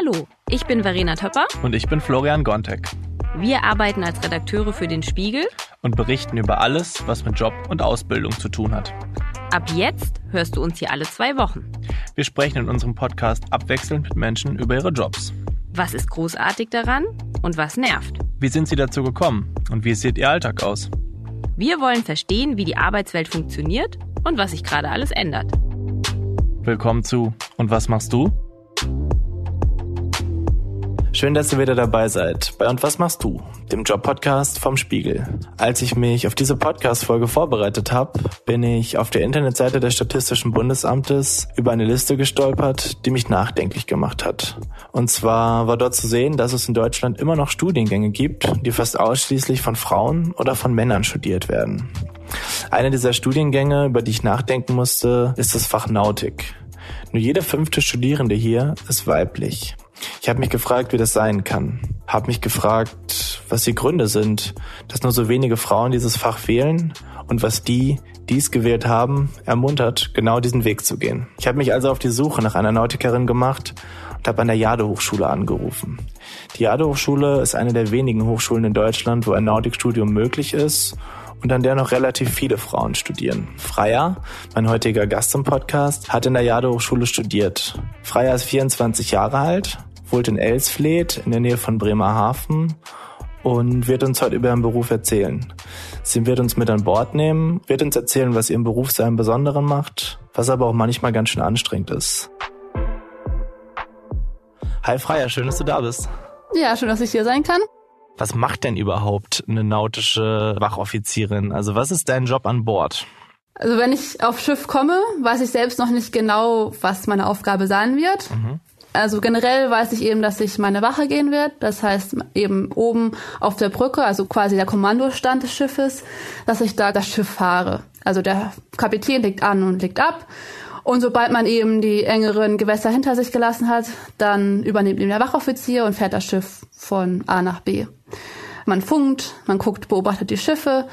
Hallo, ich bin Verena Töpper. Und ich bin Florian Gontek. Wir arbeiten als Redakteure für den Spiegel und berichten über alles, was mit Job und Ausbildung zu tun hat. Ab jetzt hörst du uns hier alle 2 Wochen. Wir sprechen in unserem Podcast abwechselnd mit Menschen über ihre Jobs. Was ist großartig daran und was nervt? Wie sind sie dazu gekommen und wie sieht ihr Alltag aus? Wir wollen verstehen, wie die Arbeitswelt funktioniert und was sich gerade alles ändert. Willkommen zu Und was machst du? Schön, dass ihr wieder dabei seid bei Und was machst du? Dem Job-Podcast vom Spiegel. Als ich mich auf diese Podcast-Folge vorbereitet habe, bin ich auf der Internetseite des Statistischen Bundesamtes über eine Liste gestolpert, die mich nachdenklich gemacht hat. Und zwar war dort zu sehen, dass es in Deutschland immer noch Studiengänge gibt, die fast ausschließlich von Frauen oder von Männern studiert werden. Einer dieser Studiengänge, über die ich nachdenken musste, ist das Fach Nautik. Nur jede 5. Studierende hier ist weiblich. Ich habe mich gefragt, wie das sein kann. Habe mich gefragt, was die Gründe sind, dass nur so wenige Frauen dieses Fach wählen und was die, die es gewählt haben, ermuntert, genau diesen Weg zu gehen. Ich habe mich also auf die Suche nach einer Nautikerin gemacht und habe an der Jade-Hochschule angerufen. Die Jade-Hochschule ist eine der wenigen Hochschulen in Deutschland, wo ein Nautikstudium möglich ist und an der noch relativ viele Frauen studieren. Freya, mein heutiger Gast im Podcast, hat in der Jade-Hochschule studiert. Freya ist 24 Jahre alt, wohnt in Elsfleth in der Nähe von Bremerhaven und wird uns heute über ihren Beruf erzählen. Sie wird uns mit an Bord nehmen, wird uns erzählen, was ihren Beruf so einen Besonderen macht, was aber auch manchmal ganz schön anstrengend ist. Hi Freya, schön, dass du da bist. Ja, schön, dass ich hier sein kann. Was macht denn überhaupt eine nautische Wachoffizierin? Also was ist dein Job an Bord? Also wenn ich auf Schiff komme, weiß ich selbst noch nicht genau, was meine Aufgabe sein wird. Also generell weiß ich eben, dass ich meine Wache gehen werde. Das heißt eben oben auf der Brücke, also quasi der Kommandostand des Schiffes, dass ich da das Schiff fahre. Also der Kapitän legt an und legt ab. Und sobald man eben die engeren Gewässer hinter sich gelassen hat, dann übernimmt eben der Wachoffizier und fährt das Schiff von A nach B. Man funkt, man guckt, beobachtet die Schiffe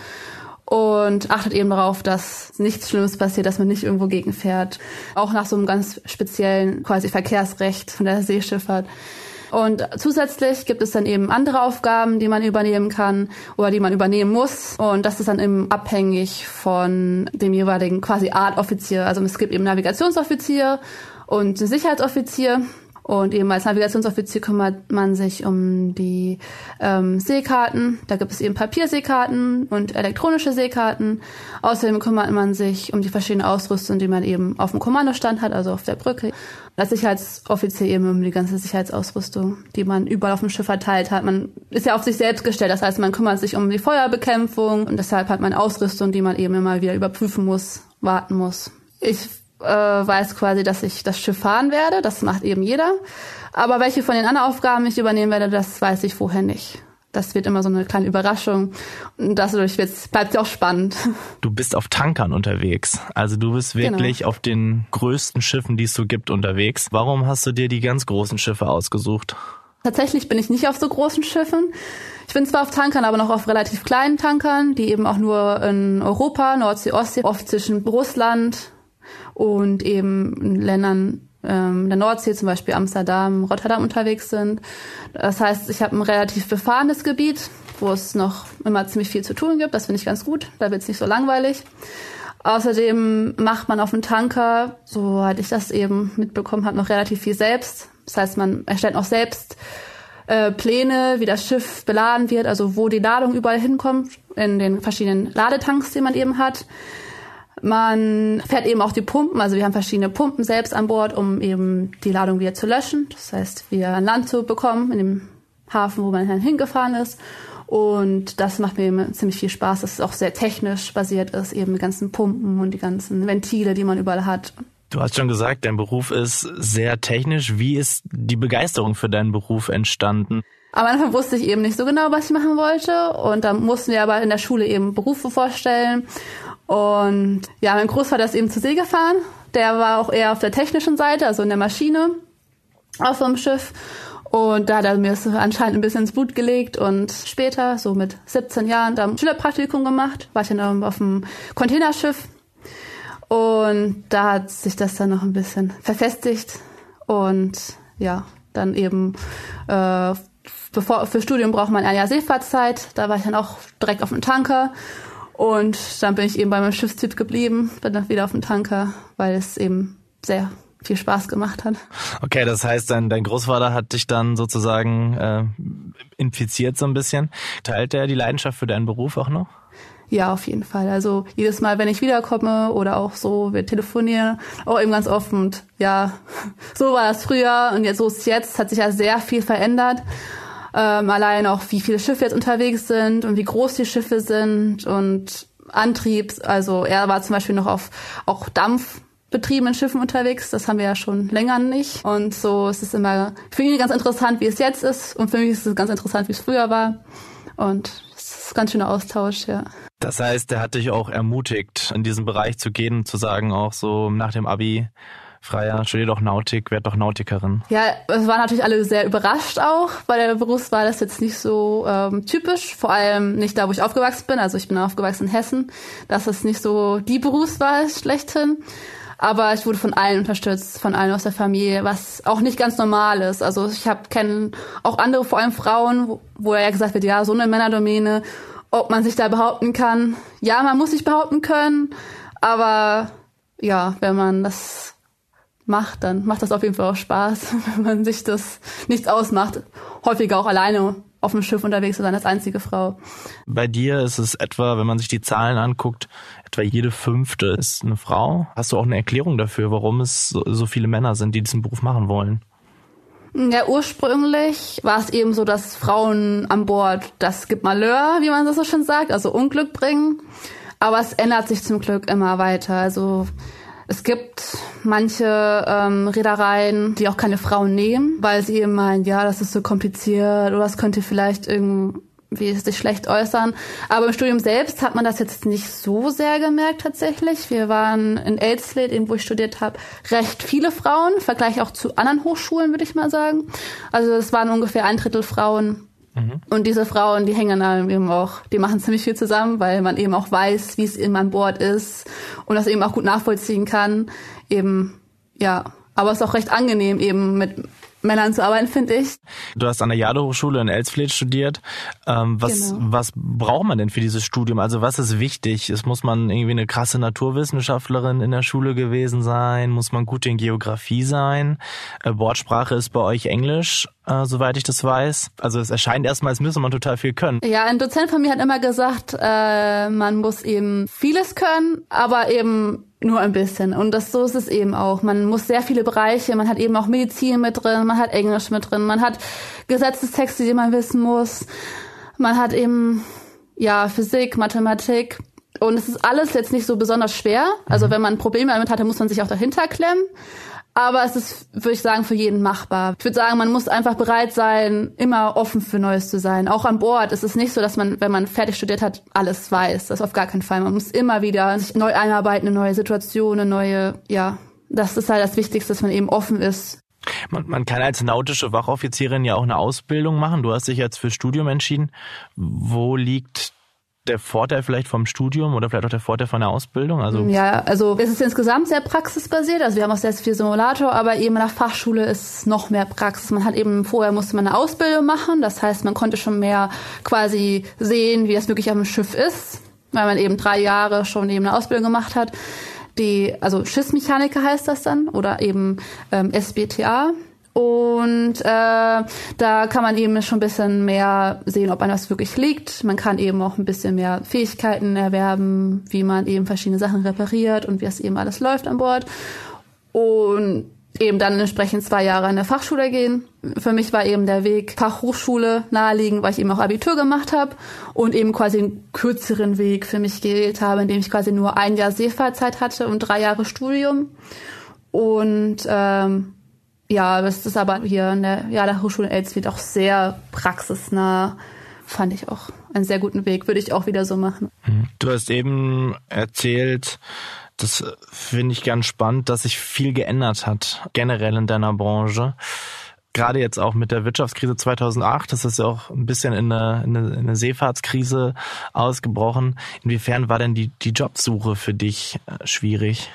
und achtet eben darauf, dass nichts Schlimmes passiert, dass man nicht irgendwo gegenfährt. Auch nach so einem ganz speziellen quasi Verkehrsrecht von der Seeschifffahrt. Und zusätzlich gibt es dann eben andere Aufgaben, die man übernehmen kann oder die man übernehmen muss. Und das ist dann eben abhängig von dem jeweiligen quasi Art-Offizier. Also es gibt eben Navigationsoffizier und einen Sicherheitsoffizier. Und eben als Navigationsoffizier kümmert man sich um die Seekarten. Da gibt es eben Papierseekarten und elektronische Seekarten. Außerdem kümmert man sich um die verschiedenen Ausrüstungen, die man eben auf dem Kommandostand hat, also auf der Brücke. Als Sicherheitsoffizier eben um die ganze Sicherheitsausrüstung, die man überall auf dem Schiff verteilt hat. Man ist ja auf sich selbst gestellt, das heißt, man kümmert sich um die Feuerbekämpfung und deshalb hat man Ausrüstung, die man eben immer wieder überprüfen muss, warten muss. Ich weiß quasi, dass ich das Schiff fahren werde. Das macht eben jeder. Aber welche von den anderen Aufgaben ich übernehmen werde, das weiß ich vorher nicht. Das wird immer so eine kleine Überraschung. Und dadurch bleibt es auch spannend. Du bist auf Tankern unterwegs. Also du bist wirklich auf den größten Schiffen, die es so gibt, unterwegs. Warum hast du dir die ganz großen Schiffe ausgesucht? Tatsächlich bin ich nicht auf so großen Schiffen. Ich bin zwar auf Tankern, aber noch auf relativ kleinen Tankern, die eben auch nur in Europa, Nordsee, Ostsee, oft zwischen Russland und eben in Ländern der Nordsee, zum Beispiel Amsterdam, Rotterdam unterwegs sind. Das heißt, ich habe ein relativ befahrenes Gebiet, wo es noch immer ziemlich viel zu tun gibt. Das finde ich ganz gut, da wird es nicht so langweilig. Außerdem macht man auf dem Tanker, soweit ich das eben mitbekommen habe, noch relativ viel selbst. Das heißt, man erstellt auch selbst Pläne, wie das Schiff beladen wird, also wo die Ladung überall hinkommt, in den verschiedenen Ladetanks, die man eben hat. Man fährt eben auch die Pumpen, also wir haben verschiedene Pumpen selbst an Bord, um eben die Ladung wieder zu löschen. Das heißt, wir an Land zu bekommen in dem Hafen, wo man dann hingefahren ist. Und das macht mir eben ziemlich viel Spaß, dass es auch sehr technisch basiert ist, eben die ganzen Pumpen und die ganzen Ventile, die man überall hat. Du hast schon gesagt, dein Beruf ist sehr technisch. Wie ist die Begeisterung für deinen Beruf entstanden? Am Anfang wusste ich eben nicht so genau, was ich machen wollte. Und dann mussten wir aber in der Schule eben Berufe vorstellen. Und ja, mein Großvater ist eben zur See gefahren. Der war auch eher auf der technischen Seite, also in der Maschine auf so einem Schiff. Und da hat er mir das anscheinend ein bisschen ins Blut gelegt. Und später, so mit 17 Jahren, da ein Schülerpraktikum gemacht. War ich dann auf dem Containerschiff. Und da hat sich das dann noch ein bisschen verfestigt. Und ja, Dann eben für Studium braucht man ein Jahr Seefahrtszeit. Da war ich dann auch direkt auf dem Tanker. Und dann bin ich eben bei meinem Schiffstyp geblieben, bin dann wieder auf dem Tanker, weil es eben sehr viel Spaß gemacht hat. Okay, das heißt, dein Großvater hat dich dann sozusagen infiziert so ein bisschen. Teilt er die Leidenschaft für deinen Beruf auch noch? Ja, auf jeden Fall. Also jedes Mal, wenn ich wiederkomme oder auch so, wir telefonieren, auch eben ganz offen. Und ja, so war das früher und so ist es jetzt. Hat sich ja sehr viel verändert. Allein auch, wie viele Schiffe jetzt unterwegs sind und wie groß die Schiffe sind und Antriebs. Also er war zum Beispiel noch auf auch dampfbetriebenen Schiffen unterwegs. Das haben wir ja schon länger nicht. Und so ist es immer für ihn ganz interessant, wie es jetzt ist. Und für mich ist es ganz interessant, wie es früher war. Und es ist ein ganz schöner Austausch, ja. Das heißt, der hat dich auch ermutigt, in diesen Bereich zu gehen, zu sagen, auch so nach dem Abi, Freya, studier doch Nautik, werd doch Nautikerin. Ja, es waren natürlich alle sehr überrascht auch, weil der Berufswahl ist jetzt nicht so typisch, vor allem nicht da, wo ich aufgewachsen bin. Also ich bin aufgewachsen in Hessen. Das ist nicht so die Berufswahl schlechthin. Aber ich wurde von allen unterstützt, von allen aus der Familie, was auch nicht ganz normal ist. Also ich kenne auch andere, vor allem Frauen, wo ja gesagt wird, ja, so eine Männerdomäne, ob man sich da behaupten kann. Ja, man muss sich behaupten können, aber ja, wenn man das macht, dann macht das auf jeden Fall auch Spaß, wenn man sich das nichts ausmacht. Häufiger auch alleine auf dem Schiff unterwegs zu sein als einzige Frau. Bei dir ist es etwa, wenn man sich die Zahlen anguckt, etwa jede 5. ist eine Frau. Hast du auch eine Erklärung dafür, warum es so viele Männer sind, die diesen Beruf machen wollen? Ja, ursprünglich war es eben so, dass Frauen an Bord das gibt Malheur, wie man das so schön sagt, also Unglück bringen. Aber es ändert sich zum Glück immer weiter. Also es gibt manche Reedereien, die auch keine Frauen nehmen, weil sie eben meinen, ja, das ist so kompliziert oder das könnte vielleicht irgendwie sich schlecht äußern. Aber im Studium selbst hat man das jetzt nicht so sehr gemerkt tatsächlich. Wir waren in Elsfleth, eben wo ich studiert habe, recht viele Frauen, im Vergleich auch zu anderen Hochschulen, würde ich mal sagen. Also es waren ungefähr 1/3 Frauen. Und diese Frauen, die hängen dann eben auch, die machen ziemlich viel zusammen, weil man eben auch weiß, wie es eben an Bord ist und das eben auch gut nachvollziehen kann. Eben, ja, aber es ist auch recht angenehm, eben mit Männern zu arbeiten, finde ich. Du hast an der Jade-Hochschule in Elsfleth studiert. Was braucht man denn für dieses Studium? Also was ist wichtig? Muss man irgendwie eine krasse Naturwissenschaftlerin in der Schule gewesen sein? Muss man gut in Geografie sein? Bordsprache ist bei euch Englisch, soweit ich das weiß. Also es erscheint erstmal, als müsste man total viel können. Ja, ein Dozent von mir hat immer gesagt, man muss eben vieles können, aber eben nur ein bisschen. Und so ist es eben auch. Man muss sehr viele Bereiche, man hat eben auch Medizin mit drin, man hat Englisch mit drin, man hat Gesetzestexte, die man wissen muss, man hat eben, ja, Physik, Mathematik. Und es ist alles jetzt nicht so besonders schwer. Also wenn man Probleme damit hat, dann muss man sich auch dahinter klemmen. Aber es ist, würde ich sagen, für jeden machbar. Ich würde sagen, man muss einfach bereit sein, immer offen für Neues zu sein. Auch an Bord ist es nicht so, dass man, wenn man fertig studiert hat, alles weiß. Das ist auf gar keinen Fall. Man muss immer wieder sich neu einarbeiten, eine neue Situation, das ist halt das Wichtigste, dass man eben offen ist. Man kann als nautische Wachoffizierin ja auch eine Ausbildung machen. Du hast dich jetzt fürs Studium entschieden. Wo liegt der Vorteil vielleicht vom Studium oder vielleicht auch der Vorteil von der Ausbildung? Also es ist insgesamt sehr praxisbasiert. Also wir haben auch sehr viel Simulator, aber eben in der Fachschule ist noch mehr Praxis. Man hat eben, vorher musste man eine Ausbildung machen. Das heißt, man konnte schon mehr quasi sehen, wie das wirklich auf dem Schiff ist, weil man eben 3 Jahre schon eben eine Ausbildung gemacht hat. Also Schiffsmechaniker heißt das dann oder eben SBTA. Und da kann man eben schon ein bisschen mehr sehen, ob einem das wirklich liegt. Man kann eben auch ein bisschen mehr Fähigkeiten erwerben, wie man eben verschiedene Sachen repariert und wie es eben alles läuft an Bord. Und eben dann entsprechend 2 Jahre an der Fachschule gehen. Für mich war eben der Weg Fachhochschule naheliegend, weil ich eben auch Abitur gemacht habe und eben quasi einen kürzeren Weg für mich gewählt habe, indem ich quasi nur 1 Jahr Seefahrtzeit hatte und 3 Jahre Studium. Und das ist aber hier an der Hochschule in Elsfleth auch sehr praxisnah. Fand ich auch einen sehr guten Weg. Würde ich auch wieder so machen. Du hast eben erzählt, das finde ich ganz spannend, dass sich viel geändert hat, generell in deiner Branche. Gerade jetzt auch mit der Wirtschaftskrise 2008, das ist ja auch ein bisschen in eine Seefahrtskrise ausgebrochen. Inwiefern war denn die Jobsuche für dich schwierig?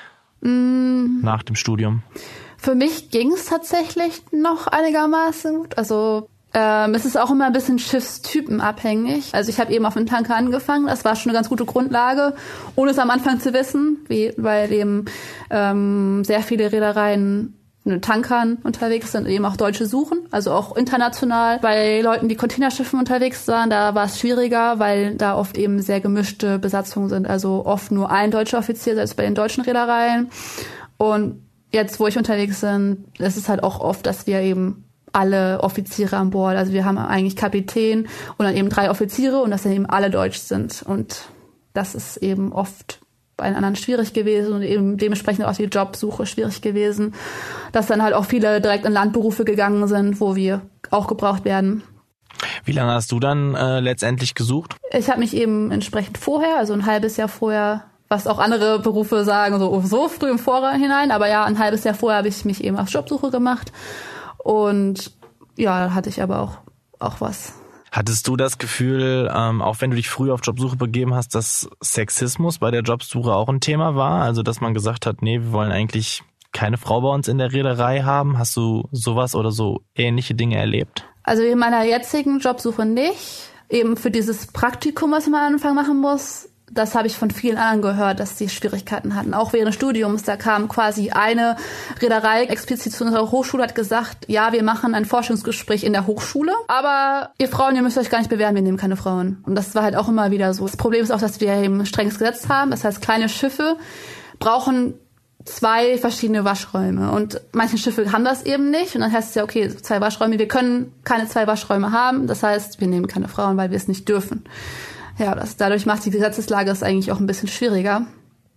nach dem Studium? Für mich ging es tatsächlich noch einigermaßen gut. Also es ist auch immer ein bisschen schiffstypenabhängig. Also ich habe eben auf dem Tanker angefangen. Das war schon eine ganz gute Grundlage, ohne es am Anfang zu wissen, weil eben sehr viele Reedereien mit Tankern unterwegs sind, eben auch Deutsche suchen, also auch international. Bei Leuten, die Containerschiffen unterwegs waren, da war es schwieriger, weil da oft eben sehr gemischte Besatzungen sind, also oft nur ein deutscher Offizier, selbst bei den deutschen Reedereien. Und jetzt, wo ich unterwegs bin, ist es halt auch oft, dass wir eben alle Offiziere an Bord, also wir haben eigentlich Kapitän und dann eben 3 Offiziere und dass dann eben alle deutsch sind. Und das ist eben oft bei den anderen schwierig gewesen und eben dementsprechend auch die Jobsuche schwierig gewesen, dass dann halt auch viele direkt in Landberufe gegangen sind, wo wir auch gebraucht werden. Wie lange hast du dann letztendlich gesucht? Ich habe mich eben entsprechend vorher, also ein halbes Jahr vorher, was auch andere Berufe sagen, so früh im Vorhinein, aber ja, ein halbes Jahr vorher habe ich mich eben auf Jobsuche gemacht und ja, da hatte ich aber auch was. Hattest du das Gefühl, auch wenn du dich früh auf Jobsuche begeben hast, dass Sexismus bei der Jobsuche auch ein Thema war? Also, dass man gesagt hat, nee, wir wollen eigentlich keine Frau bei uns in der Reederei haben. Hast du sowas oder so ähnliche Dinge erlebt? Also in meiner jetzigen Jobsuche nicht. Eben für dieses Praktikum, was man am Anfang machen muss, das habe ich von vielen anderen gehört, dass die Schwierigkeiten hatten. Auch während des Studiums, da kam quasi eine Reederei explizit zu unserer Hochschule, hat gesagt, ja, wir machen ein Forschungsgespräch in der Hochschule, aber ihr Frauen, ihr müsst euch gar nicht bewerben, wir nehmen keine Frauen. Und das war halt auch immer wieder so. Das Problem ist auch, dass wir eben ein strenges Gesetz haben. Das heißt, kleine Schiffe brauchen 2 verschiedene Waschräume. Und manche Schiffe haben das eben nicht. Und dann heißt es ja, okay, 2 Waschräume, wir können keine 2 Waschräume haben. Das heißt, wir nehmen keine Frauen, weil wir es nicht dürfen. Ja, dadurch macht die Gesetzeslage es eigentlich auch ein bisschen schwieriger.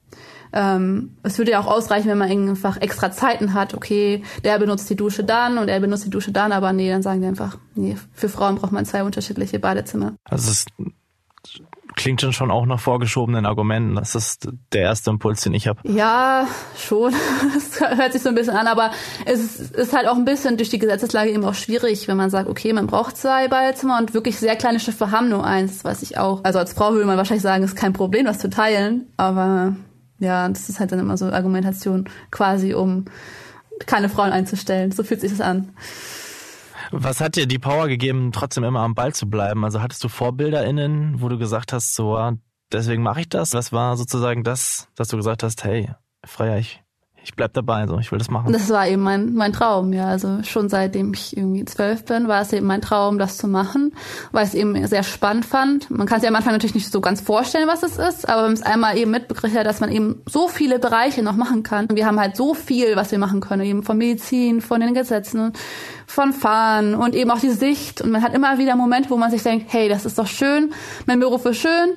Es würde ja auch ausreichen, wenn man einfach extra Zeiten hat. Okay, der benutzt die Dusche dann und er benutzt die Dusche dann. Aber nee, dann sagen die einfach, nee, für Frauen braucht man 2 unterschiedliche Badezimmer. Also es klingt schon auch nach vorgeschobenen Argumenten. Das ist der erste Impuls, den ich habe. Ja, schon. Es hört sich so ein bisschen an, aber es ist halt auch ein bisschen durch die Gesetzeslage eben auch schwierig, wenn man sagt, okay, man braucht 2 Badezimmer und wirklich sehr kleine Schiffe haben nur 1, das weiß ich auch. Also als Frau würde man wahrscheinlich sagen, es ist kein Problem, das zu teilen, aber ja, das ist halt dann immer so Argumentation quasi, um keine Frauen einzustellen. So fühlt sich das an. Was hat dir die Power gegeben, trotzdem immer am Ball zu bleiben? Also hattest du VorbilderInnen, wo du gesagt hast, so, deswegen mache ich das? Was war sozusagen das, dass du gesagt hast, hey, Freya, ich bleib dabei, so, ich will das machen? Das war eben mein Traum, ja. Also schon seitdem ich irgendwie 12 bin, war es eben mein Traum, das zu machen, weil ich es eben sehr spannend fand. Man kann sich am Anfang natürlich nicht so ganz vorstellen, was es ist, aber wenn man es einmal eben mitbekriegt hat, dass man eben so viele Bereiche noch machen kann. Und wir haben halt so viel, was wir machen können, eben von Medizin, von den Gesetzen, von Fahren und eben auch die Sicht. Und man hat immer wieder Momente, wo man sich denkt, hey, das ist doch schön, mein Beruf ist schön.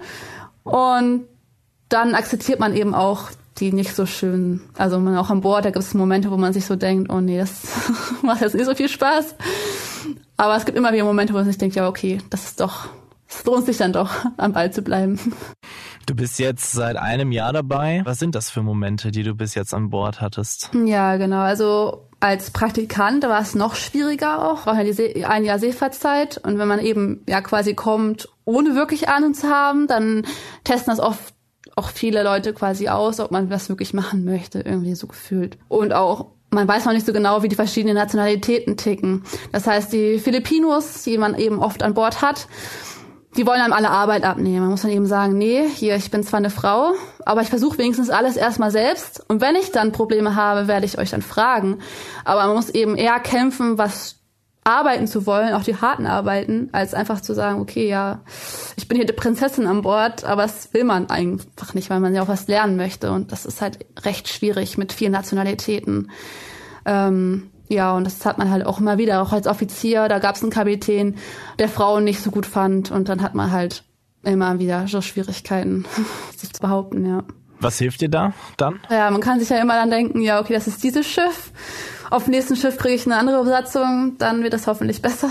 Und dann akzeptiert man eben auch die nicht so schön, also man auch an Bord, da gibt es Momente, wo man sich so denkt, oh nee, das macht jetzt nicht so viel Spaß. Aber es gibt immer wieder Momente, wo man sich denkt, ja okay, es lohnt sich dann doch, am Ball zu bleiben. Du bist jetzt seit einem Jahr dabei. Was sind das für Momente, die du bis jetzt an Bord hattest? Ja, genau, also als Praktikant war es noch schwieriger auch, braucht ja ein Jahr Seefahrtszeit und wenn man eben ja quasi kommt, ohne wirklich Ahnung zu haben, dann testen das oft auch viele Leute quasi aus, ob man das wirklich machen möchte, irgendwie so gefühlt. Und auch, man weiß noch nicht so genau, wie die verschiedenen Nationalitäten ticken. Das heißt, die Filipinos, die man eben oft an Bord hat, die wollen einem alle Arbeit abnehmen. Man muss dann eben sagen, nee, hier, ich bin zwar eine Frau, aber ich versuche wenigstens alles erstmal selbst. Und wenn ich dann Probleme habe, werde ich euch dann fragen. Aber man muss eben eher kämpfen, was arbeiten zu wollen, auch die harten Arbeiten, als einfach zu sagen, okay, ja, ich bin hier die Prinzessin an Bord, aber das will man einfach nicht, weil man ja auch was lernen möchte und das ist halt recht schwierig mit vielen Nationalitäten. Ja, und das hat man halt auch immer wieder, auch als Offizier, da gab es einen Kapitän, der Frauen nicht so gut fand und dann hat man halt immer wieder so Schwierigkeiten, sich zu behaupten, ja. Was hilft dir da dann? Ja, man kann sich ja immer dann denken, ja, okay, das ist dieses Schiff. Auf dem nächsten Schiff kriege ich eine andere Besatzung, dann wird das hoffentlich besser.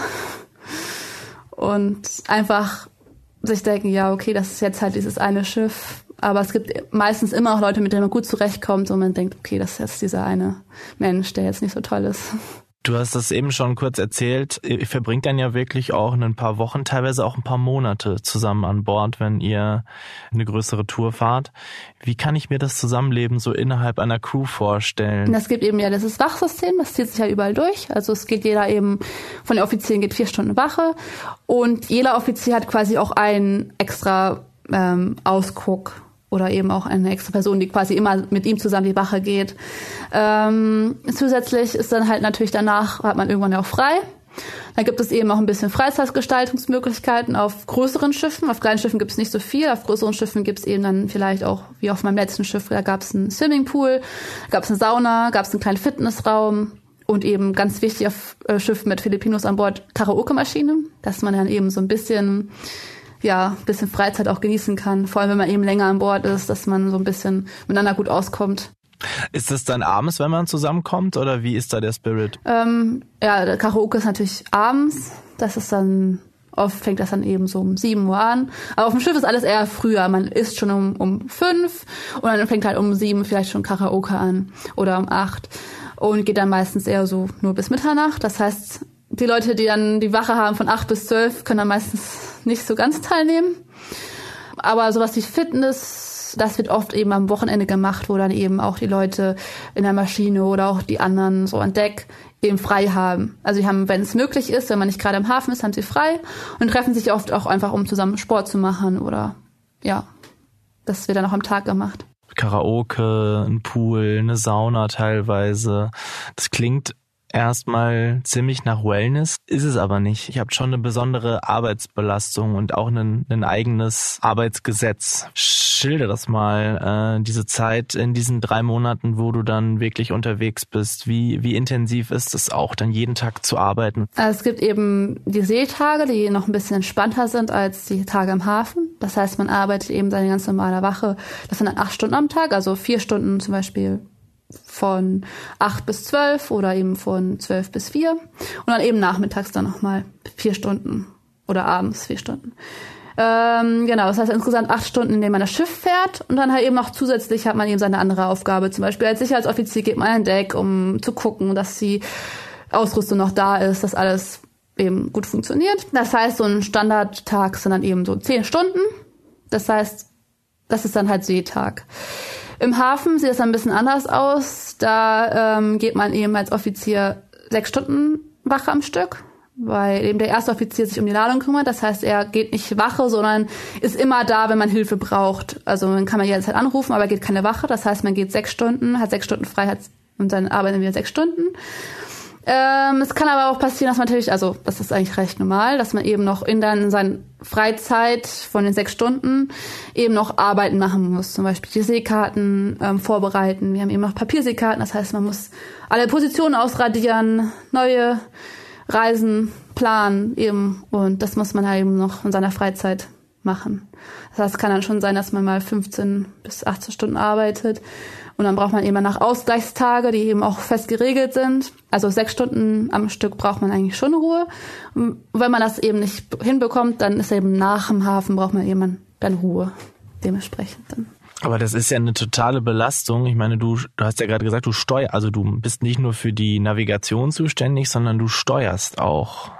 Und einfach sich denken, ja, okay, das ist jetzt halt dieses eine Schiff. Aber es gibt meistens immer auch Leute, mit denen man gut zurechtkommt und man denkt, okay, das ist jetzt dieser eine Mensch, der jetzt nicht so toll ist. Du hast das eben schon kurz erzählt. Ihr verbringt dann ja wirklich auch ein paar Wochen, teilweise auch ein paar Monate zusammen an Bord, wenn ihr eine größere Tour fahrt. Wie kann ich mir das Zusammenleben so innerhalb einer Crew vorstellen? Das gibt eben ja dieses Wachsystem, das zieht sich ja überall durch. Also es geht jeder eben, von den Offizieren geht 4 Stunden Wache und jeder Offizier hat quasi auch einen extra Ausguck oder eben auch eine extra Person, die quasi immer mit ihm zusammen die Wache geht. Zusätzlich ist dann halt natürlich danach, hat man irgendwann ja auch frei. Dann gibt es eben auch ein bisschen Freizeitgestaltungsmöglichkeiten auf größeren Schiffen. Auf kleinen Schiffen gibt es nicht so viel. Auf größeren Schiffen gibt es eben dann vielleicht auch, wie auf meinem letzten Schiff, da gab es einen Swimmingpool, gab es eine Sauna, gab es einen kleinen Fitnessraum und eben ganz wichtig auf Schiffen mit Filipinos an Bord Karaoke-Maschine, dass man dann eben so ein bisschen Freizeit auch genießen kann. Vor allem, wenn man eben länger an Bord ist, dass man so ein bisschen miteinander gut auskommt. Ist es dann abends, wenn man zusammenkommt, oder wie ist da der Spirit? Der Karaoke ist natürlich abends. Das ist dann, oft fängt das dann eben so um 7 Uhr an. Aber auf dem Schiff ist alles eher früher. Man isst schon um 5 und dann fängt halt um 7 vielleicht schon Karaoke an oder um 8 und geht dann meistens eher so nur bis Mitternacht. Das heißt, die Leute, die dann die Wache haben von 8 bis 12, können dann meistens nicht so ganz teilnehmen. Aber sowas wie Fitness, das wird oft eben am Wochenende gemacht, wo dann eben auch die Leute in der Maschine oder auch die anderen so an Deck eben frei haben. Also die haben, wenn es möglich ist, wenn man nicht gerade im Hafen ist, haben sie frei und treffen sich oft auch einfach, um zusammen Sport zu machen oder das wird dann auch am Tag gemacht. Karaoke, ein Pool, eine Sauna teilweise. Das klingt erstmal ziemlich nach Wellness, ist es aber nicht. Ich habe schon eine besondere Arbeitsbelastung und auch ein eigenes Arbeitsgesetz. Schilder das mal, diese Zeit in diesen 3 Monaten, wo du dann wirklich unterwegs bist. Wie intensiv ist es auch, dann jeden Tag zu arbeiten? Also es gibt eben die Seetage, die noch ein bisschen entspannter sind als die Tage im Hafen. Das heißt, man arbeitet eben seine ganz normale Wache. Das sind dann 8 Stunden am Tag, also 4 Stunden zum Beispiel von 8 bis 12 oder eben von 12 bis 4 und dann eben nachmittags dann nochmal 4 Stunden oder abends 4 Stunden. Das heißt insgesamt 8 Stunden, in denen man das Schiff fährt und dann halt eben noch zusätzlich hat man eben seine andere Aufgabe. Zum Beispiel als Sicherheitsoffizier geht man an Deck, um zu gucken, dass die Ausrüstung noch da ist, dass alles eben gut funktioniert. Das heißt, so ein Standardtag sind dann eben so 10 Stunden. Das heißt, das ist dann halt Seetag. Im Hafen sieht es ein bisschen anders aus. Da geht man eben als Offizier 6 Stunden Wache am Stück, weil eben der erste Offizier sich um die Ladung kümmert. Das heißt, er geht nicht Wache, sondern ist immer da, wenn man Hilfe braucht. Also man kann jederzeit anrufen, aber geht keine Wache. Das heißt, man geht 6 Stunden, hat 6 Stunden frei und dann arbeitet wieder 6 Stunden. Es kann aber auch passieren, dass man natürlich, also das ist eigentlich recht normal, dass man eben noch in seiner Freizeit von den 6 Stunden eben noch Arbeiten machen muss. Zum Beispiel die Seekarten vorbereiten. Wir haben eben noch Papierseekarten, das heißt, man muss alle Positionen ausradieren, neue Reisen planen eben und das muss man halt eben noch in seiner Freizeit machen. Das heißt, es kann dann schon sein, dass man mal 15 bis 18 Stunden arbeitet. Und dann braucht man eben nach Ausgleichstage, die eben auch fest geregelt sind. Also 6 Stunden am Stück braucht man eigentlich schon Ruhe. Und wenn man das eben nicht hinbekommt, dann ist eben nach dem Hafen braucht man eben dann Ruhe. Dementsprechend dann. Aber das ist ja eine totale Belastung. Ich meine, du hast ja gerade gesagt, du bist nicht nur für die Navigation zuständig, sondern du steuerst auch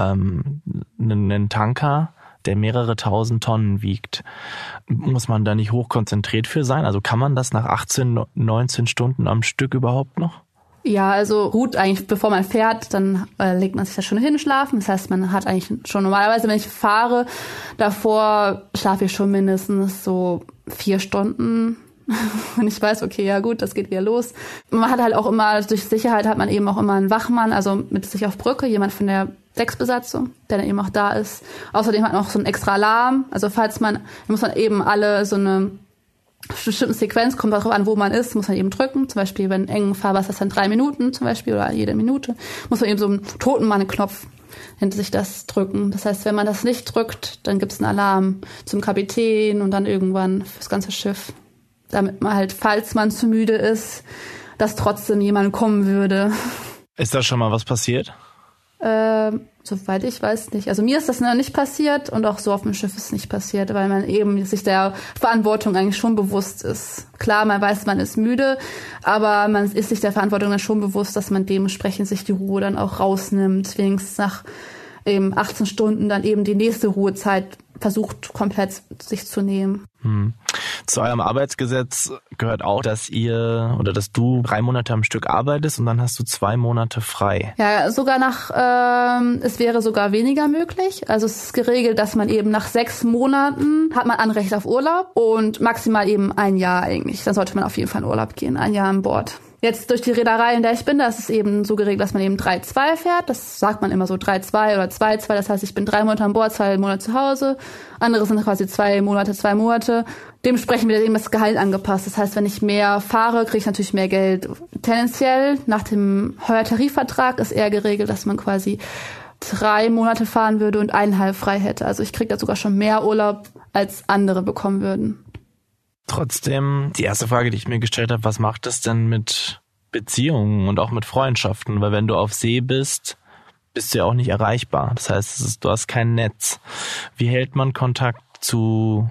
einen Tanker, der mehrere 1000 Tonnen wiegt. Muss man da nicht hochkonzentriert für sein? Also kann man das nach 18, 19 Stunden am Stück überhaupt noch? Ja, also ruht eigentlich, bevor man fährt, dann legt man sich da schon hin schlafen. Das heißt, man hat eigentlich schon normalerweise, wenn ich fahre, davor schlafe ich schon mindestens so 4 Stunden. Und ich weiß, okay, ja gut, das geht wieder los. Man hat halt auch immer, durch Sicherheit hat man eben auch immer einen Wachmann, also mit sich auf Brücke, jemand von der Decksbesatzung, der dann eben auch da ist. Außerdem hat man auch so einen extra Alarm. Also muss man eben alle so eine bestimmte Sequenz, kommt darauf an, wo man ist, muss man eben drücken. Zum Beispiel, wenn engen Fahrwasser ist, dann 3 Minuten zum Beispiel oder jede Minute, muss man eben so einen Totenmann-Knopf hinter sich das drücken. Das heißt, wenn man das nicht drückt, dann gibt es einen Alarm zum Kapitän und dann irgendwann fürs ganze Schiff. Damit man halt, falls man zu müde ist, dass trotzdem jemand kommen würde. Ist da schon mal was passiert? Soweit ich weiß nicht. Also mir ist das noch nicht passiert und auch so auf dem Schiff ist es nicht passiert, weil man eben sich der Verantwortung eigentlich schon bewusst ist. Klar, man weiß, man ist müde, aber man ist sich der Verantwortung dann schon bewusst, dass man dementsprechend sich die Ruhe dann auch rausnimmt. Wenigstens nach eben 18 Stunden dann eben die nächste Ruhezeit versucht komplett sich zu nehmen. Zu eurem Arbeitsgesetz gehört auch, dass du 3 Monate am Stück arbeitest und dann hast du 2 Monate frei. Ja, sogar es wäre sogar weniger möglich. Also es ist geregelt, dass man eben nach 6 Monaten hat man Anrecht auf Urlaub und maximal eben 1 Jahr eigentlich. Dann sollte man auf jeden Fall in Urlaub gehen, 1 Jahr an Bord. Jetzt durch die Reederei, in der ich bin, da ist es eben so geregelt, dass man eben 3-2 fährt. Das sagt man immer so 3-2 oder 2-2. Das heißt, ich bin 3 Monate an Bord, 2 Monate zu Hause. Andere sind quasi 2 Monate, 2 Monate. Dementsprechend wird eben das Gehalt angepasst. Das heißt, wenn ich mehr fahre, kriege ich natürlich mehr Geld. Tendenziell nach dem Heuer-Tarifvertrag ist eher geregelt, dass man quasi 3 Monate fahren würde und 1,5 frei hätte. Also ich kriege da sogar schon mehr Urlaub, als andere bekommen würden. Trotzdem, die erste Frage, die ich mir gestellt habe, was macht es denn mit Beziehungen und auch mit Freundschaften? Weil wenn du auf See bist, bist du ja auch nicht erreichbar. Das heißt, du hast kein Netz. Wie hält man Kontakt zu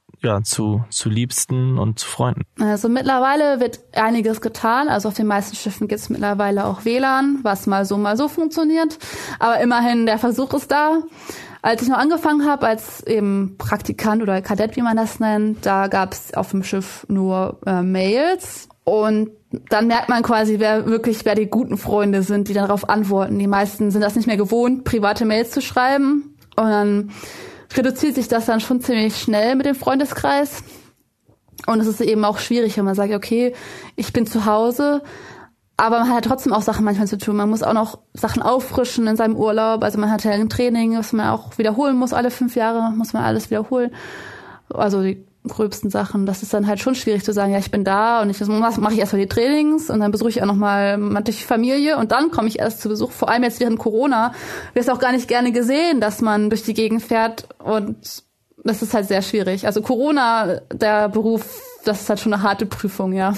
Liebsten und zu Freunden? Also mittlerweile wird einiges getan. Also auf den meisten Schiffen gibt es mittlerweile auch WLAN, was mal so funktioniert. Aber immerhin, der Versuch ist da. Als ich noch angefangen habe, als eben Praktikant oder Kadett, wie man das nennt, da gab es auf dem Schiff nur Mails. Und dann merkt man quasi, wer die guten Freunde sind, die dann darauf antworten. Die meisten sind das nicht mehr gewohnt, private Mails zu schreiben. Und dann reduziert sich das dann schon ziemlich schnell mit dem Freundeskreis. Und es ist eben auch schwierig, wenn man sagt, okay, ich bin zu Hause, aber man hat trotzdem auch Sachen manchmal zu tun. Man muss auch noch Sachen auffrischen in seinem Urlaub. Also man hat ja ein Training, was man auch wiederholen muss. Alle 5 Jahre muss man alles wiederholen. Also die gröbsten Sachen. Das ist dann halt schon schwierig zu sagen, ja, ich bin da und mache ich erstmal die Trainings und dann besuche ich auch nochmal die Familie und dann komme ich erst zu Besuch. Vor allem jetzt während Corona wird es auch gar nicht gerne gesehen, dass man durch die Gegend fährt und das ist halt sehr schwierig. Also Corona, der Beruf, das ist halt schon eine harte Prüfung, ja.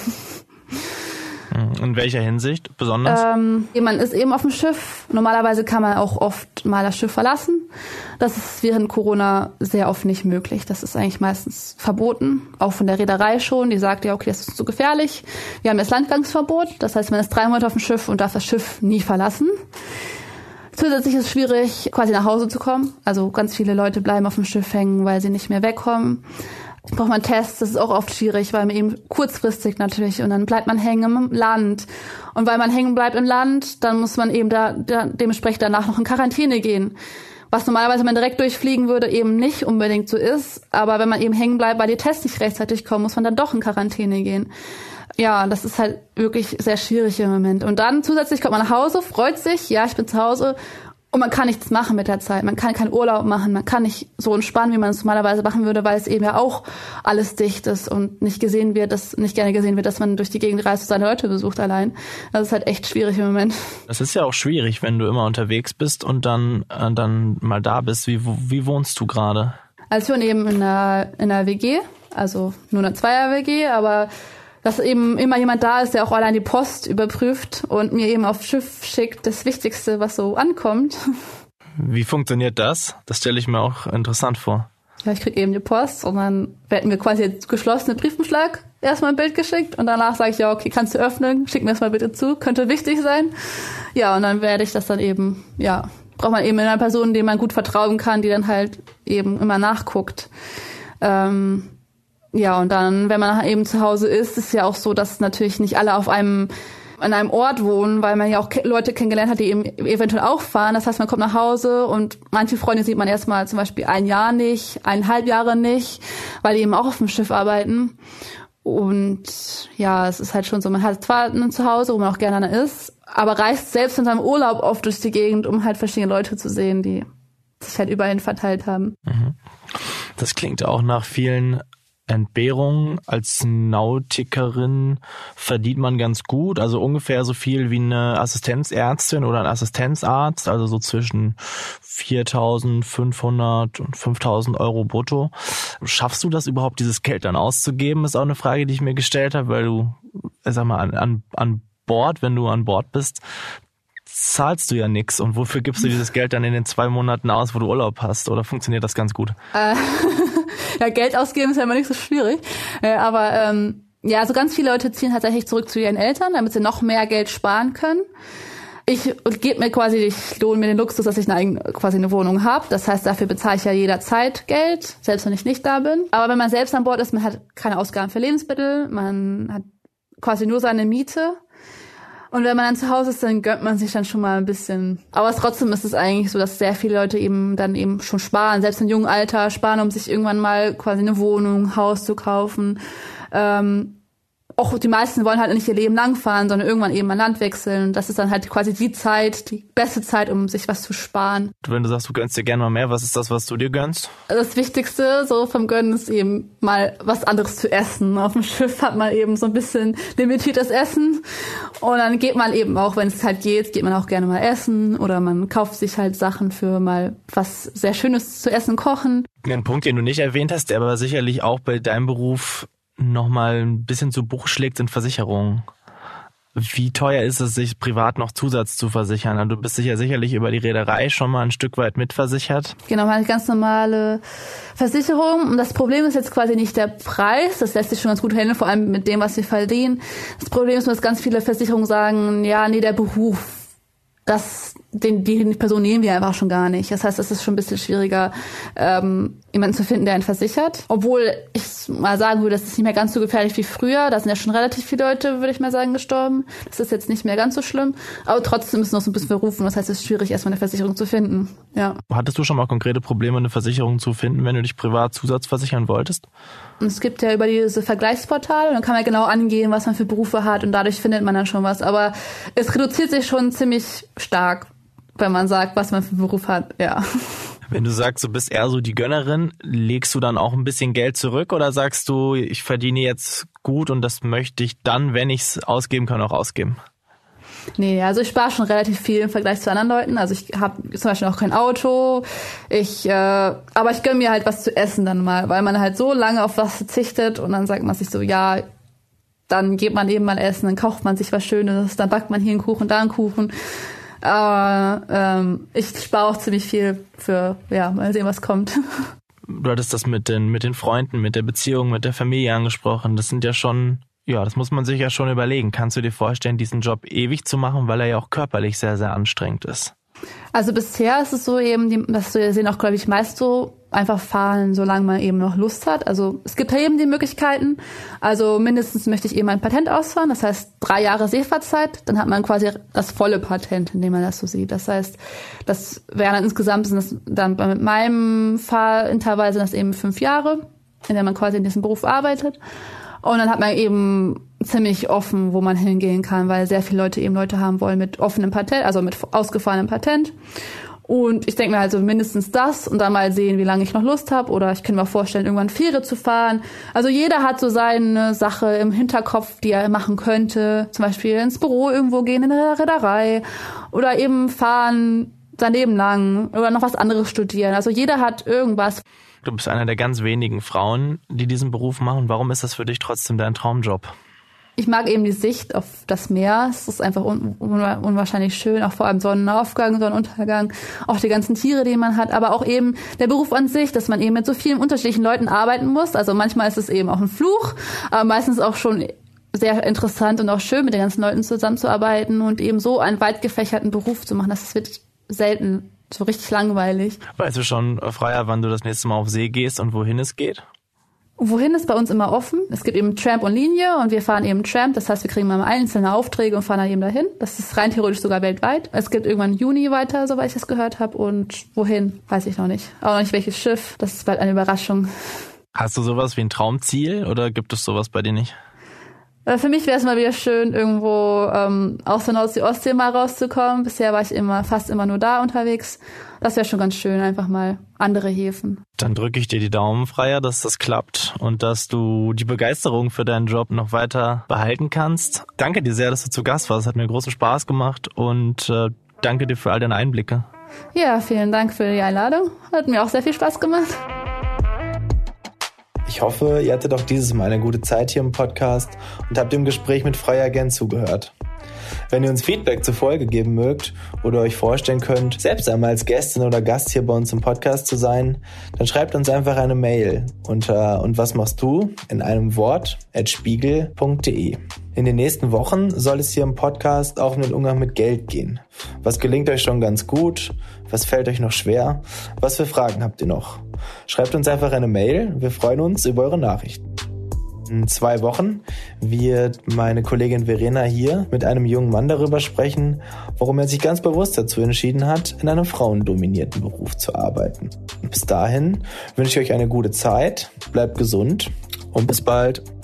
In welcher Hinsicht besonders? Man ist eben auf dem Schiff. Normalerweise kann man auch oft mal das Schiff verlassen. Das ist während Corona sehr oft nicht möglich. Das ist eigentlich meistens verboten. Auch von der Reederei schon. Die sagt ja, okay, das ist zu gefährlich. Wir haben das Landgangsverbot. Das heißt, man ist 3 Monate auf dem Schiff und darf das Schiff nie verlassen. Zusätzlich ist es schwierig, quasi nach Hause zu kommen. Also ganz viele Leute bleiben auf dem Schiff hängen, weil sie nicht mehr wegkommen. Braucht man Tests, das ist auch oft schwierig, weil man eben kurzfristig natürlich und dann bleibt man hängen im Land. Und weil man hängen bleibt im Land, dann muss man eben da dementsprechend danach noch in Quarantäne gehen. Was normalerweise, wenn man direkt durchfliegen würde, eben nicht unbedingt so ist. Aber wenn man eben hängen bleibt, weil die Tests nicht rechtzeitig kommen, muss man dann doch in Quarantäne gehen. Ja, das ist halt wirklich sehr schwierig im Moment. Und dann zusätzlich kommt man nach Hause, freut sich, ja, ich bin zu Hause. Und man kann nichts machen mit der Zeit. Man kann keinen Urlaub machen. Man kann nicht so entspannen, wie man es normalerweise machen würde, weil es eben ja auch alles dicht ist und nicht gerne gesehen wird, dass man durch die Gegend reist und seine Leute besucht allein. Das ist halt echt schwierig im Moment. Das ist ja auch schwierig, wenn du immer unterwegs bist und dann mal da bist. Wie wohnst du gerade? Also ich wohne eben in einer WG, also nur eine Zweier-WG, aber dass eben immer jemand da ist, der auch allein die Post überprüft und mir eben aufs Schiff schickt, das Wichtigste, was so ankommt. Wie funktioniert das? Das stelle ich mir auch interessant vor. Ja, ich kriege eben die Post und dann werden mir quasi jetzt geschlossene Briefumschlag erstmal ein Bild geschickt und danach sage ich, ja, okay, kannst du öffnen, schick mir das mal bitte zu, könnte wichtig sein. Ja, und dann werde ich das dann eben, ja, braucht man eben eine Person, der man gut vertrauen kann, die dann halt eben immer nachguckt. Ja, und dann, wenn man eben zu Hause ist es ja auch so, dass natürlich nicht alle an einem Ort wohnen, weil man ja auch Leute kennengelernt hat, die eben eventuell auch fahren. Das heißt, man kommt nach Hause und manche Freunde sieht man erstmal zum Beispiel 1 Jahr nicht, 1,5 Jahre nicht, weil die eben auch auf dem Schiff arbeiten. Und ja, es ist halt schon so, man hat zwar ein Zuhause, wo man auch gerne ist, aber reist selbst in seinem Urlaub oft durch die Gegend, um halt verschiedene Leute zu sehen, die sich halt überall verteilt haben. Das klingt auch nach vielen Entbehrung. Als Nautikerin verdient man ganz gut, also ungefähr so viel wie eine Assistenzärztin oder ein Assistenzarzt, also so zwischen 4.500 und 5.000 Euro brutto. Schaffst du das überhaupt, dieses Geld dann auszugeben, ist auch eine Frage, die ich mir gestellt habe, weil du, sag mal, an Bord, wenn du an Bord bist, zahlst du ja nichts. Und wofür gibst du dieses Geld dann in den 2 Monaten aus, wo du Urlaub hast? Oder funktioniert das ganz gut? Ja, Geld ausgeben ist ja immer nicht so schwierig. Aber ja, also ganz viele Leute ziehen tatsächlich zurück zu ihren Eltern, damit sie noch mehr Geld sparen können. Ich lohne mir den Luxus, dass ich quasi eine Wohnung habe. Das heißt, dafür bezahle ich ja jederzeit Geld, selbst wenn ich nicht da bin. Aber wenn man selbst an Bord ist, man hat keine Ausgaben für Lebensmittel, man hat quasi nur seine Miete. Und wenn man dann zu Hause ist, dann gönnt man sich dann schon mal ein bisschen. Aber trotzdem ist es eigentlich so, dass sehr viele Leute dann schon sparen, selbst im jungen Alter sparen, um sich irgendwann mal quasi eine Wohnung, ein Haus zu kaufen. Auch die meisten wollen halt nicht ihr Leben lang fahren, sondern irgendwann eben an Land wechseln. Das ist dann halt quasi die beste Zeit, um sich was zu sparen. Wenn du sagst, du gönnst dir gerne mal mehr, was ist das, was du dir gönnst? Das Wichtigste so vom Gönnen ist eben mal was anderes zu essen. Auf dem Schiff hat man eben so ein bisschen limitiertes Essen. Und dann geht man eben auch, wenn es halt geht man auch gerne mal essen. Oder man kauft sich halt Sachen für mal was sehr Schönes zu essen, kochen. Ein Punkt, den du nicht erwähnt hast, der aber sicherlich auch bei deinem Beruf nochmal ein bisschen zu Buch schlägt, sind Versicherungen. Wie teuer ist es, sich privat noch Zusatz zu versichern? Also du bist sicherlich über die Reederei schon mal ein Stück weit mitversichert. Genau, eine ganz normale Versicherung. Und das Problem ist jetzt quasi nicht der Preis. Das lässt sich schon ganz gut handeln, vor allem mit dem, was wir verdienen. Das Problem ist nur, dass ganz viele Versicherungen sagen, ja, nee, der Beruf, die Person nehmen wir einfach schon gar nicht. Das heißt, es ist schon ein bisschen schwieriger, jemanden zu finden, der einen versichert. Obwohl ich mal sagen würde, das ist nicht mehr ganz so gefährlich wie früher. Da sind ja schon relativ viele Leute, würde ich mal sagen, gestorben. Das ist jetzt nicht mehr ganz so schlimm. Aber trotzdem ist es noch so ein bisschen verrufen. Das heißt, es ist schwierig, erstmal eine Versicherung zu finden. Ja. Hattest du schon mal konkrete Probleme, eine Versicherung zu finden, wenn du dich privat zusatzversichern wolltest? Und es gibt ja über diese Vergleichsportale, und dann kann man genau angehen, was man für Berufe hat, und dadurch findet man dann schon was. Aber es reduziert sich schon ziemlich stark, wenn man sagt, was man für einen Beruf hat, ja. Wenn du sagst, du bist eher so die Gönnerin, legst du dann auch ein bisschen Geld zurück oder sagst du, ich verdiene jetzt gut und das möchte ich dann, wenn ich es ausgeben kann, auch ausgeben? Nee, also ich spare schon relativ viel im Vergleich zu anderen Leuten. Also ich habe zum Beispiel auch kein Auto. Aber ich gönne mir halt was zu essen dann mal, weil man halt so lange auf was verzichtet und dann sagt man sich so, ja, dann geht man eben mal essen, dann kauft man sich was Schönes, dann backt man hier einen Kuchen, da einen Kuchen. Aber ich spare auch ziemlich viel für, ja, mal sehen, was kommt. Du hattest das mit den Freunden, mit der Beziehung, mit der Familie angesprochen. Das sind ja schon, ja, das muss man sich ja schon überlegen. Kannst du dir vorstellen, diesen Job ewig zu machen, weil er ja auch körperlich sehr, sehr anstrengend ist? Also bisher ist es so eben, dass wir sehen auch, glaube ich, meist so einfach fahren, solange man eben noch Lust hat. Also es gibt ja eben die Möglichkeiten. Also mindestens möchte ich eben ein Patent ausfahren. Das heißt 3 Jahre Seefahrtzeit. Dann hat man quasi das volle Patent, indem man das so sieht. Das heißt, das wären dann insgesamt, sind das dann mit meinem Fahrintervall sind das eben 5 Jahre, in der man quasi in diesem Beruf arbeitet. Und dann hat man eben ziemlich offen, wo man hingehen kann, weil sehr viele Leute eben Leute haben wollen mit offenem Patent, also mit ausgefahrenem Patent. Und ich denke mir also mindestens das und dann mal sehen, wie lange ich noch Lust habe. Oder ich könnte mir vorstellen, irgendwann Fähre zu fahren. Also jeder hat so seine Sache im Hinterkopf, die er machen könnte. Zum Beispiel ins Büro irgendwo gehen, in eine Reederei. Oder eben fahren sein Leben lang. Oder noch was anderes studieren. Also jeder hat irgendwas. Du bist einer der ganz wenigen Frauen, die diesen Beruf machen. Warum ist das für dich trotzdem dein Traumjob? Ich mag eben die Sicht auf das Meer. Es ist einfach unwahrscheinlich schön, auch vor allem Sonnenaufgang, Sonnenuntergang, auch die ganzen Tiere, die man hat, aber auch eben der Beruf an sich, dass man eben mit so vielen unterschiedlichen Leuten arbeiten muss. Also manchmal ist es eben auch ein Fluch, aber meistens auch schon sehr interessant und auch schön, mit den ganzen Leuten zusammenzuarbeiten und eben so einen weit gefächerten Beruf zu machen. Das wird selten so richtig langweilig. Weißt du schon, Freya, wann du das nächste Mal auf See gehst und wohin es geht? Wohin ist bei uns immer offen. Es gibt eben Tramp und Linie und wir fahren eben Tramp. Das heißt, wir kriegen mal einzelne Aufträge und fahren dann eben dahin. Das ist rein theoretisch sogar weltweit. Es gibt irgendwann Juni weiter, soweit ich das gehört habe. Und wohin, weiß ich noch nicht. Auch noch nicht welches Schiff. Das ist bald eine Überraschung. Hast du sowas wie ein Traumziel oder gibt es sowas bei dir nicht? Für mich wäre es mal wieder schön, irgendwo aus der Nordsee-Ostsee mal rauszukommen. Bisher war ich fast immer nur da unterwegs. Das wäre schon ganz schön, einfach mal andere Häfen. Dann drücke ich dir die Daumen, Freya, dass das klappt und dass du die Begeisterung für deinen Job noch weiter behalten kannst. Danke dir sehr, dass du zu Gast warst. Es hat mir großen Spaß gemacht und danke dir für all deine Einblicke. Ja, vielen Dank für die Einladung. Hat mir auch sehr viel Spaß gemacht. Ich hoffe, ihr hattet auch dieses Mal eine gute Zeit hier im Podcast und habt dem Gespräch mit Freya gern zugehört. Wenn ihr uns Feedback zur Folge geben mögt oder euch vorstellen könnt, selbst einmal als Gästin oder Gast hier bei uns im Podcast zu sein, dann schreibt uns einfach eine Mail unter undwasmachstdu in einem Wort @spiegel.de. In den nächsten Wochen soll es hier im Podcast auch um den Umgang mit Geld gehen. Was gelingt euch schon ganz gut? Was fällt euch noch schwer? Was für Fragen habt ihr noch? Schreibt uns einfach eine Mail. Wir freuen uns über eure Nachrichten. In 2 Wochen wird meine Kollegin Verena hier mit einem jungen Mann darüber sprechen, warum er sich ganz bewusst dazu entschieden hat, in einem frauendominierten Beruf zu arbeiten. Und bis dahin wünsche ich euch eine gute Zeit, bleibt gesund und bis bald.